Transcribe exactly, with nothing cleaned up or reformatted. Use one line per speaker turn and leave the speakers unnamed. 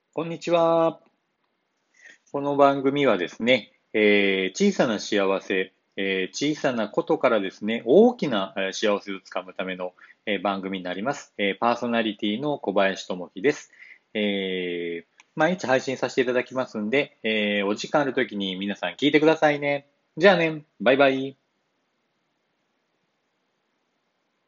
こんにちは。この番組はですね、えー小さな幸せ、えー小さなことからですね、大きなえー幸せをつかむためのえー番組になります。えーパーソナリティの小林智樹です。えー毎日配信させていただきますんで、えーお時間あるときに皆さん聞いてくださいね。じゃあね、バイバイ。